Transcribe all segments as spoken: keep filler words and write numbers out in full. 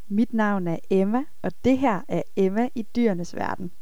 Mit navn er Emma, og det her er Emma i dyrenes verden.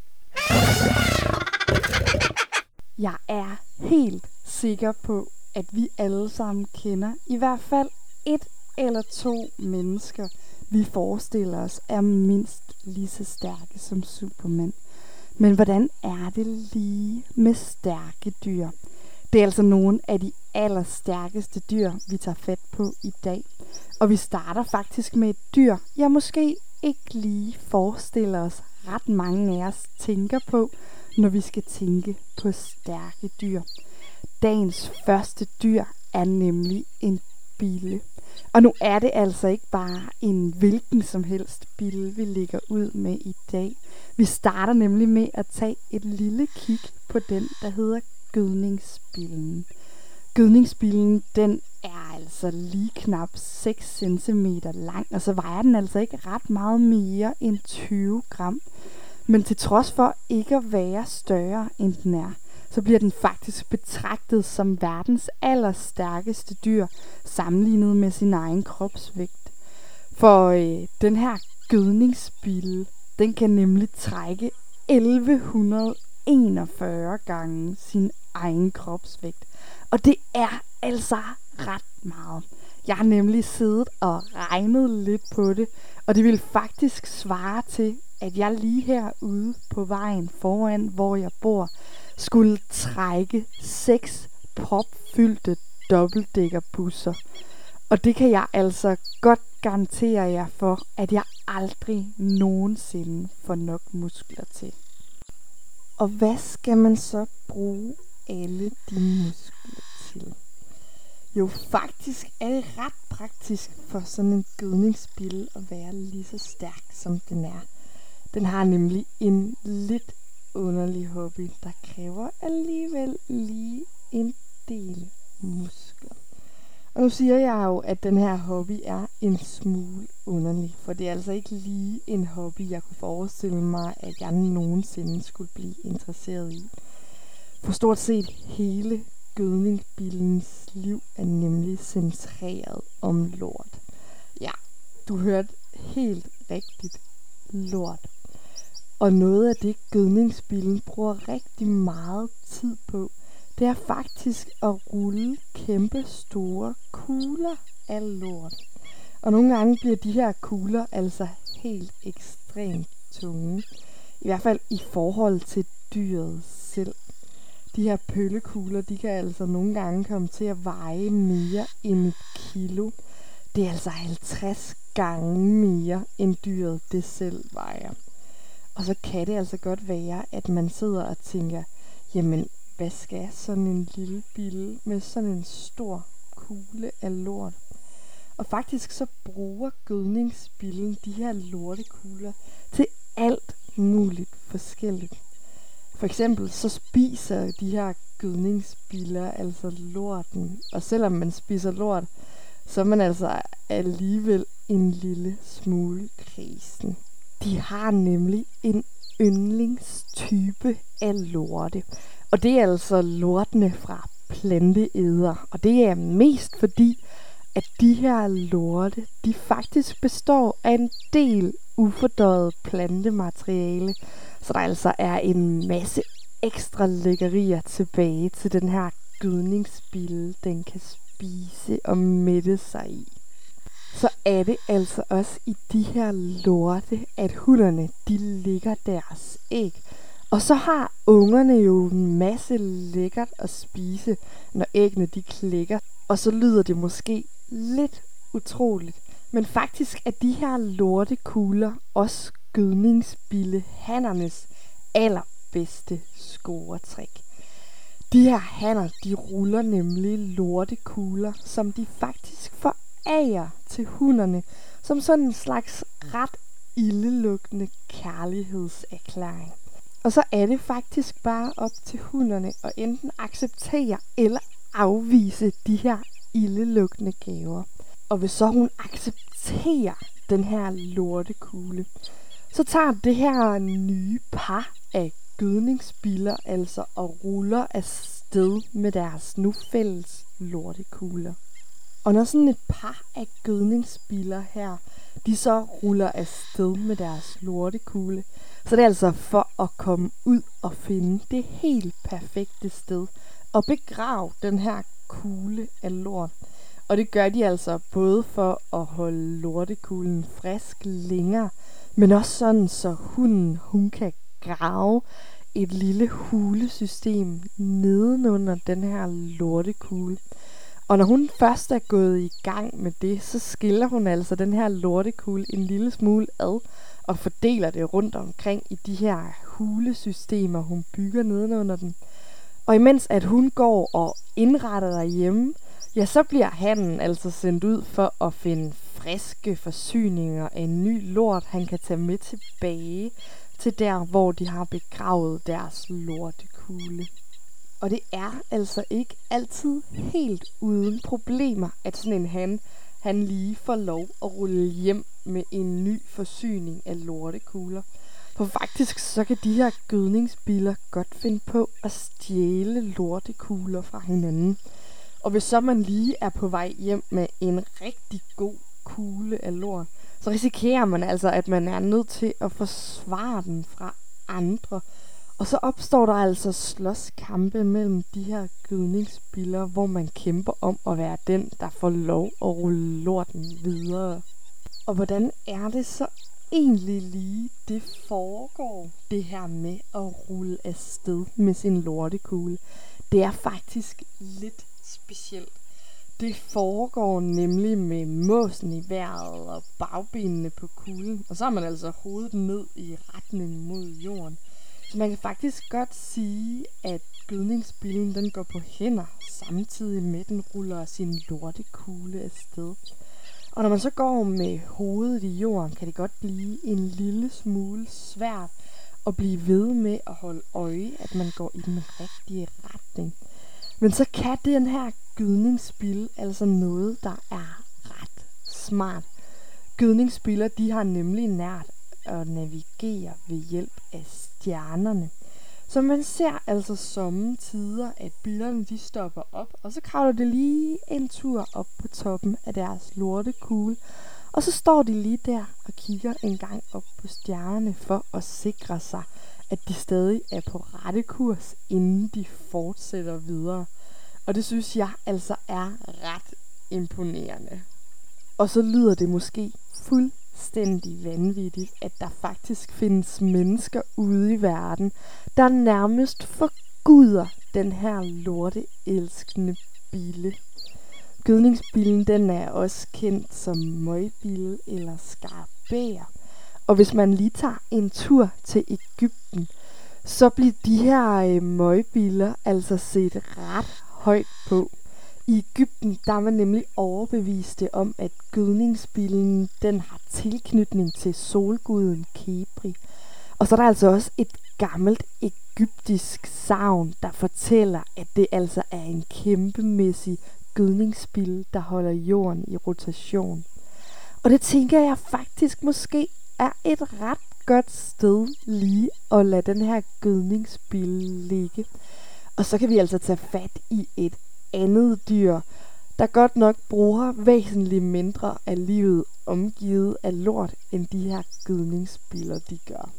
Jeg er helt sikker på, at vi alle sammen kender i hvert fald et eller to mennesker, vi forestiller os er mindst lige så stærke som Superman. Men hvordan er det lige med stærke dyr? Det er altså nogle af de allerstærkeste dyr, vi tager fat på i dag. Og vi starter faktisk med et dyr, jeg måske ikke lige forestiller os ret mange af os tænker på, når vi skal tænke på stærke dyr. Dagens første dyr er nemlig en bille. Og nu er det altså ikke bare en hvilken som helst bille, vi ligger ud med i dag. Vi starter nemlig med at tage et lille kig på den, der hedder gødningsbillen. Gødningsbillen, den er altså lige knap seks centimeter lang, og så vejer den altså ikke ret meget mere end tyve gram. Men til trods for ikke at være større end den er, så bliver den faktisk betragtet som verdens allerstærkeste dyr, sammenlignet med sin egen kropsvægt. For øh, den her gødningsbille, den kan nemlig trække elleve enogfyrre gange sin egen kropsvægt. Og det er altså ret meget. Jeg har nemlig siddet og regnet lidt på det, og det vil faktisk svare til, at jeg lige herude på vejen foran, hvor jeg bor, skulle trække seks propfyldte dobbeltdækkerbusser. Og det kan jeg altså godt garantere jer for, at jeg aldrig nogensinde får nok muskler til. Og hvad skal man så bruge alle de muskler til? Jo, faktisk er det ret praktisk for sådan en gødningsbille at være lige så stærk, som den er. Den har nemlig en lidt underlig hobby, der kræver alligevel lige en del muskler. Og nu siger jeg jo, at den her hobby er en smule underlig, for det er altså ikke lige en hobby, jeg kunne forestille mig, at jeg nogensinde skulle blive interesseret i. For stort set hele gødningsbillens liv er nemlig centreret om lort. Ja, du hørte helt rigtigt, lort. Og noget af det, gødningsbillen bruger rigtig meget tid på, det er faktisk at rulle kæmpe store kugler af lort. Og nogle gange bliver de her kugler altså helt ekstremt tunge. I hvert fald i forhold til dyret selv. De her pøllekugler, de kan altså nogle gange komme til at veje mere end et kilo. Det er altså halvtreds gange mere end dyret det selv vejer. Og så kan det altså godt være, at man sidder og tænker, jamen hvad skal sådan en lille bille med sådan en stor kugle af lort? Og faktisk så bruger gødningsbillen de her lortekugler til alt muligt forskelligt. For eksempel så spiser de her gødningsbiller altså lorten. Og selvom man spiser lort, så er man altså alligevel en lille smule krisen. De har nemlig en yndlingstype af lorte. Og det er altså lortene fra planteæder. Og det er mest fordi, at de her lorte, de faktisk består af en del ufordøjet plantemateriale. Så der altså er en masse ekstra lækkerier tilbage til den her gødningsbille, den kan spise og mætte sig i. Så er det altså også i de her lorte, at hunnerne de lægger deres æg. Og så har ungerne jo en masse lækkert at spise, når æggene de klækker. Og så lyder det måske lidt utroligt. Men faktisk er de her lortekugler også gødningsbillehannernes allerbedste scoretrik. De her hanner, de ruller nemlig lortekugler, som de faktisk forærer til hunnerne, som sådan en slags ret ildelugtende kærlighedserklæring. Og så er det faktisk bare op til hunnerne at enten acceptere eller afvise de her ildelugtende gaver. Og hvis så hun accepterer den her lortekugle, så tager det her nye par af gødningsbiller altså og ruller afsted med deres nu fælles lortekugler. Og når sådan et par af gødningsbiller her, de så ruller afsted med deres lortekugle, så det er altså for at komme ud og finde det helt perfekte sted og begrave den her kugle af lort. Og det gør de altså både for at holde lortekuglen frisk længere, men også sådan, så hunden hun kan grave et lille hulesystem nedenunder den her lortekugle. Og når hun først er gået i gang med det, så skiller hun altså den her lortekugle en lille smule ad og fordeler det rundt omkring i de her hulesystemer, hun bygger nedenunder den. Og imens at hun går og indretter derhjemme, ja, så bliver hannen altså sendt ud for at finde friske forsyninger af en ny lort, han kan tage med tilbage til der, hvor de har begravet deres lortekugle. Og det er altså ikke altid helt uden problemer, at sådan en han, han lige får lov at rulle hjem med en ny forsyning af lortekugler. For faktisk så kan de her gødningsbiller godt finde på at stjæle lortekugler fra hinanden. Og hvis så man lige er på vej hjem med en rigtig god kugle af lort, så risikerer man altså, at man er nødt til at forsvare den fra andre. Og så opstår der altså slåskampe mellem de her gødningsbiller, hvor man kæmper om at være den, der får lov at rulle lorten videre. Og hvordan er det så egentlig lige, det foregår, det her med at rulle afsted med sin lortekugle? Det er faktisk lidt specielt. Det foregår nemlig med måsen i vejret og bagbenene på kuglen, og så har man altså hovedet ned i retning mod jorden. Så man kan faktisk godt sige, at gødningsbillen den går på hænder, samtidig med den ruller sin lortekugle afsted. Og når man så går med hovedet i jorden, kan det godt blive en lille smule svært at blive ved med at holde øje, at man går i den rigtige retning. Men så kan den her gødningsbille altså noget, der er ret smart. Gødningsbiller, de har nemlig nært at navigere ved hjælp af stjernerne. Så man ser altså sommetider, at billerne de stopper op, og så kravler det lige en tur op på toppen af deres lortekugle. Og så står de lige der og kigger en gang op på stjernerne for at sikre sig, at de stadig er på rette kurs, inden de fortsætter videre. Og det synes jeg altså er ret imponerende. Og så lyder det måske fuldstændig vanvittigt, at der faktisk findes mennesker ude i verden, der nærmest forguder den her lorteelskende bille. Gødningsbillen den er også kendt som møgbille eller skarabæer. Og hvis man lige tager en tur til Egypten, så bliver de her øh, møgbiller altså set ret højt på. I Egypten der er man nemlig overbeviste om, at gødningsbillen den har tilknytning til solguden Kepri. Og så er der altså også et gammelt egyptisk sagn, der fortæller, at det altså er en kæmpemæssig gødningsbille, der holder jorden i rotation. Og det tænker jeg faktisk måske er et ret godt sted lige at lade den her gødningsbille ligge. Og så kan vi altså tage fat i et andet dyr, der godt nok bruger væsentligt mindre af livet omgivet af lort, end de her gødningsbiller de gør.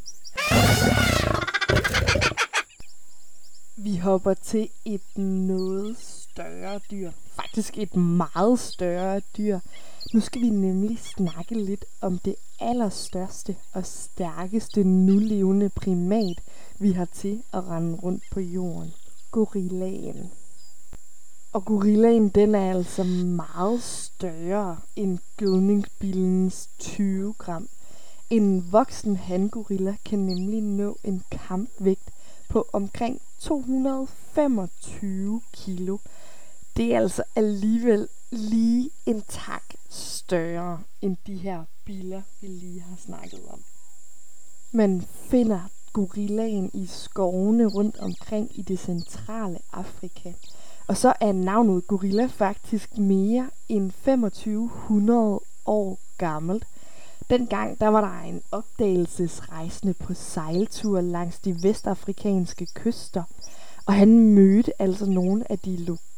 Vi hopper til et noget større dyr. Faktisk et meget større dyr. Nu skal vi nemlig snakke lidt om det allerstørste og stærkeste nulevende primat, vi har til at rende rundt på jorden. Gorillaen. Og gorillaen den er altså meget større end gødningsbillens tyve gram. En voksen hangorilla kan nemlig nå en kampvægt på omkring to hundrede og femogtyve kilo. Det er altså alligevel lige en tak større end de her biller, vi lige har snakket om. Man finder gorillaen i skovene rundt omkring i det centrale Afrika. Og så er navnet gorilla faktisk mere end femogtyve hundrede år gammelt. Dengang der var der en opdagelsesrejsende på sejltur langs de vestafrikanske kyster. Og han mødte altså nogle af de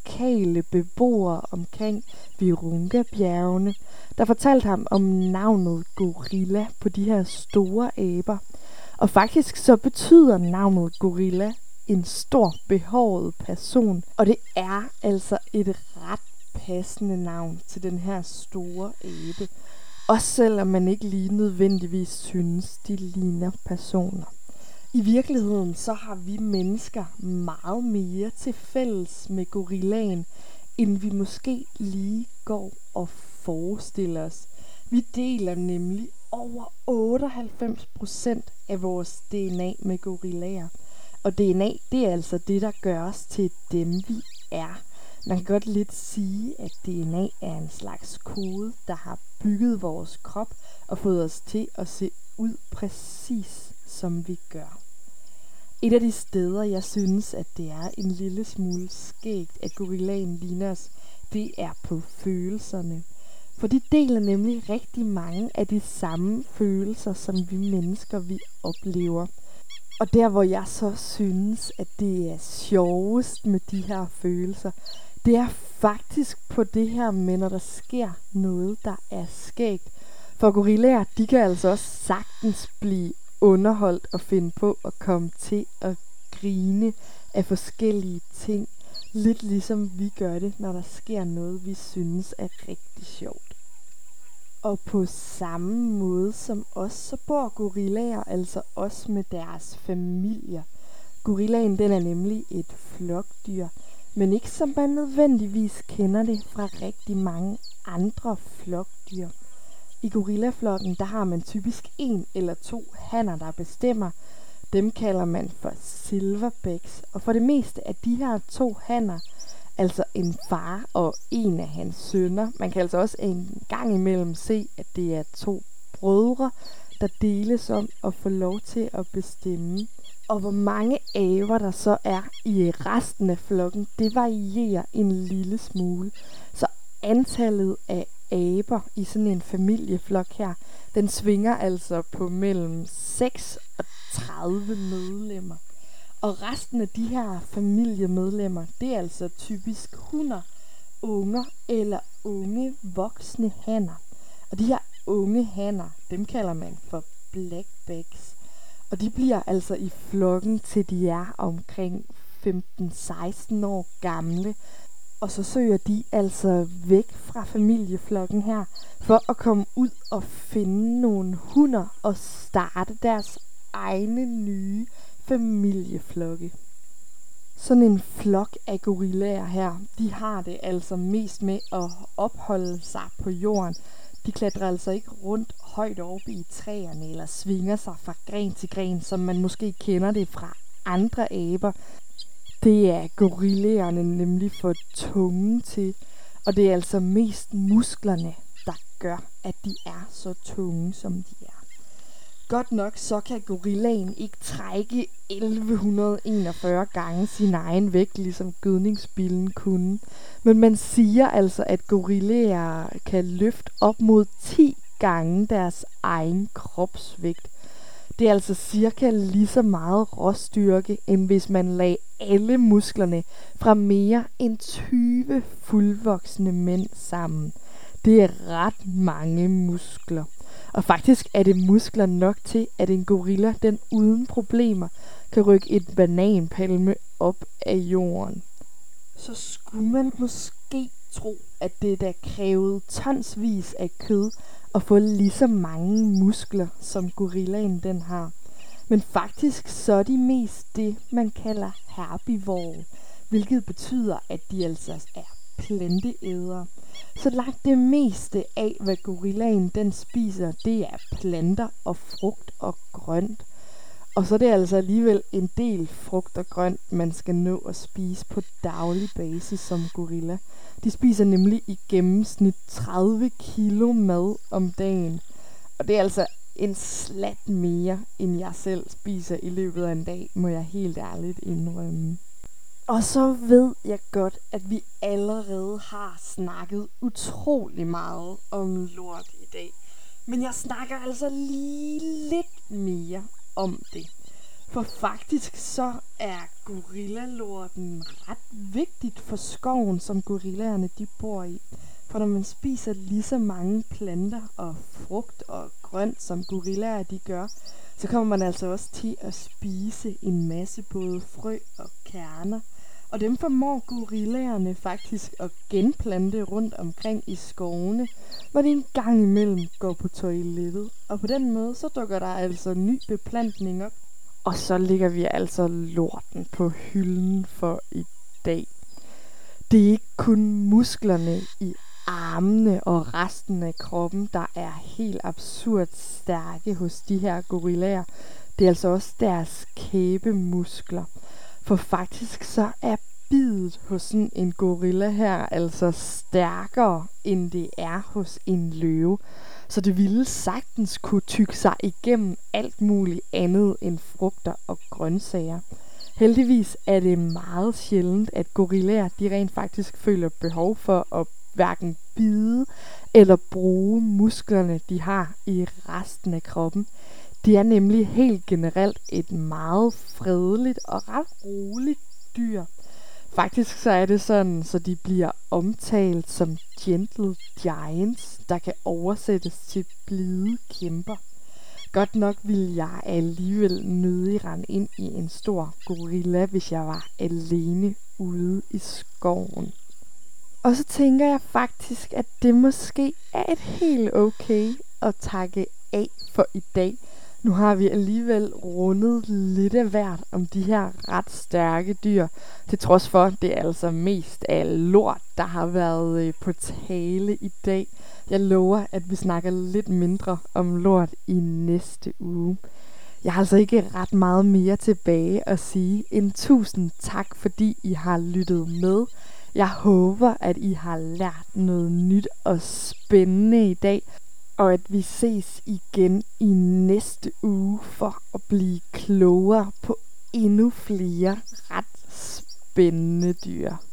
lokale beboere omkring Virunga-bjergene, der fortalte ham om navnet gorilla på de her store aber. Og faktisk så betyder navnet gorilla en stor behåret person, og det er altså et ret passende navn til den her store abe. Også selvom man ikke lige nødvendigvis synes, de ligner personer. I virkeligheden så har vi mennesker meget mere til fælles med gorillaen, end vi måske lige går og forestiller os. Vi deler nemlig over otteoghalvfems procent af vores D N A med gorillaer. Og D N A, det er altså det, der gør os til dem, vi er. Man kan godt lidt sige, at D N A er en slags kode, der har bygget vores krop og fået os til at se ud præcis som vi gør. Et af de steder, jeg synes, at det er en lille smule skægt, at gorillaen ligner os, det er på følelserne. For de deler nemlig rigtig mange af de samme følelser, som vi mennesker vi oplever. Og der, hvor jeg så synes, at det er sjovest med de her følelser, det er faktisk på det her med, når der sker noget, der er skægt. For gorillaer, de kan altså også sagtens blive underholdt og finde på at komme til at grine af forskellige ting. Lidt ligesom vi gør det, når der sker noget, vi synes er rigtig sjovt. Og på samme måde som os, så bor gorillaer altså også med deres familier. Gorillaen, den er nemlig et flokdyr, men ikke som man nødvendigvis kender det fra rigtig mange andre flokdyr. I gorillaflokken, der har man typisk en eller to hanner, der bestemmer. Dem kalder man for silverbacks, og for det meste af de her to hanner, altså en far og en af hans sønner. Man kan altså også en gang imellem se, at det er to brødre, der deles om at få lov til at bestemme. Og hvor mange aber der så er i resten af flokken, det varierer en lille smule. Så antallet af aber i sådan en familieflok her, den svinger altså på mellem seks og tredive medlemmer. Og resten af de her familiemedlemmer, det er altså typisk hunner, unger eller unge voksne hanner. Og de her unge hanner, dem kalder man for blackbacks. Og de bliver altså i flokken til de er omkring femten til seksten år gamle. Og så søger de altså væk fra familieflokken her, for at komme ud og finde nogle hunner og starte deres egne nye familieflokke. Sådan en flok af gorillaer her, de har det altså mest med at opholde sig på jorden. De klatrer altså ikke rundt højt oppe i træerne eller svinger sig fra gren til gren, som man måske kender det fra andre aber. Det er gorillaerne nemlig for tunge til, og det er altså mest musklerne, der gør, at de er så tunge, som de er. Godt nok så kan gorillaen ikke trække elleve enogfyrre gange sin egen vægt, ligesom gødningsbillen kunne. Men man siger altså, at gorillaer kan løfte op mod ti gange deres egen kropsvægt. Det er altså cirka lige så meget råstyrke, end hvis man lagde alle musklerne fra mere end tyve fuldvoksne mænd sammen. Det er ret mange muskler. Og faktisk er det muskler nok til, at en gorilla, den uden problemer, kan rykke et bananpalme op af jorden. Så skulle man måske tro, at det der krævede tonsvis af kød at få lige så mange muskler, som gorillaen den har. Men faktisk så er de mest det, man kalder herbivore, hvilket betyder, at de altså er planteædere. Så langt det meste af, hvad gorillaen den spiser, det er planter og frugt og grønt. Og så er det altså alligevel en del frugt og grønt, man skal nå at spise på daglig basis som gorilla. De spiser nemlig i gennemsnit tredive kilo mad om dagen. Og det er altså en slat mere, end jeg selv spiser i løbet af en dag, må jeg helt ærligt indrømme. Og så ved jeg godt, at vi allerede har snakket utrolig meget om lort i dag. Men jeg snakker altså lige lidt mere om det. For faktisk så er gorillalorten ret vigtigt for skoven, som gorillaerne de bor i. For når man spiser lige så mange planter og frugt og grønt, som gorillaer de gør, så kommer man altså også til at spise en masse både frø og kerner. Og dem formår gorillaerne faktisk at genplante rundt omkring i skovene, hvor de en gang imellem går på toilettet. Og på den måde så dukker der altså ny beplantning op. Og så ligger vi altså lorten på hylden for i dag. Det er ikke kun musklerne i armene og resten af kroppen, der er helt absurd stærke hos de her gorillaer. Det er altså også deres kæbemuskler. For faktisk så er bidet hos sådan en gorilla her altså stærkere, end det er hos en løve. Så det ville sagtens kunne tygge sig igennem alt muligt andet end frugter og grøntsager. Heldigvis er det meget sjældent, at gorillaer de rent faktisk føler behov for at hverken bide eller bruge musklerne, de har i resten af kroppen. Det er nemlig helt generelt et meget fredeligt og ret roligt dyr. Faktisk så er det sådan, så de bliver omtalt som gentle giants, der kan oversættes til blide kæmper. Godt nok ville jeg alligevel nødig rende ind i en stor gorilla, hvis jeg var alene ude i skoven. Og så tænker jeg faktisk, at det måske er et helt okay at takke af for i dag. Nu har vi alligevel rundet lidt af hvert om de her ret stærke dyr. Til trods for, at det er altså mest af lort, der har været på tale i dag. Jeg lover, at vi snakker lidt mindre om lort i næste uge. Jeg har altså ikke ret meget mere tilbage at sige end tusind tak, fordi I har lyttet med. Jeg håber, at I har lært noget nyt og spændende i dag, og at vi ses igen i næste uge for at blive klogere på endnu flere ret spændende dyr.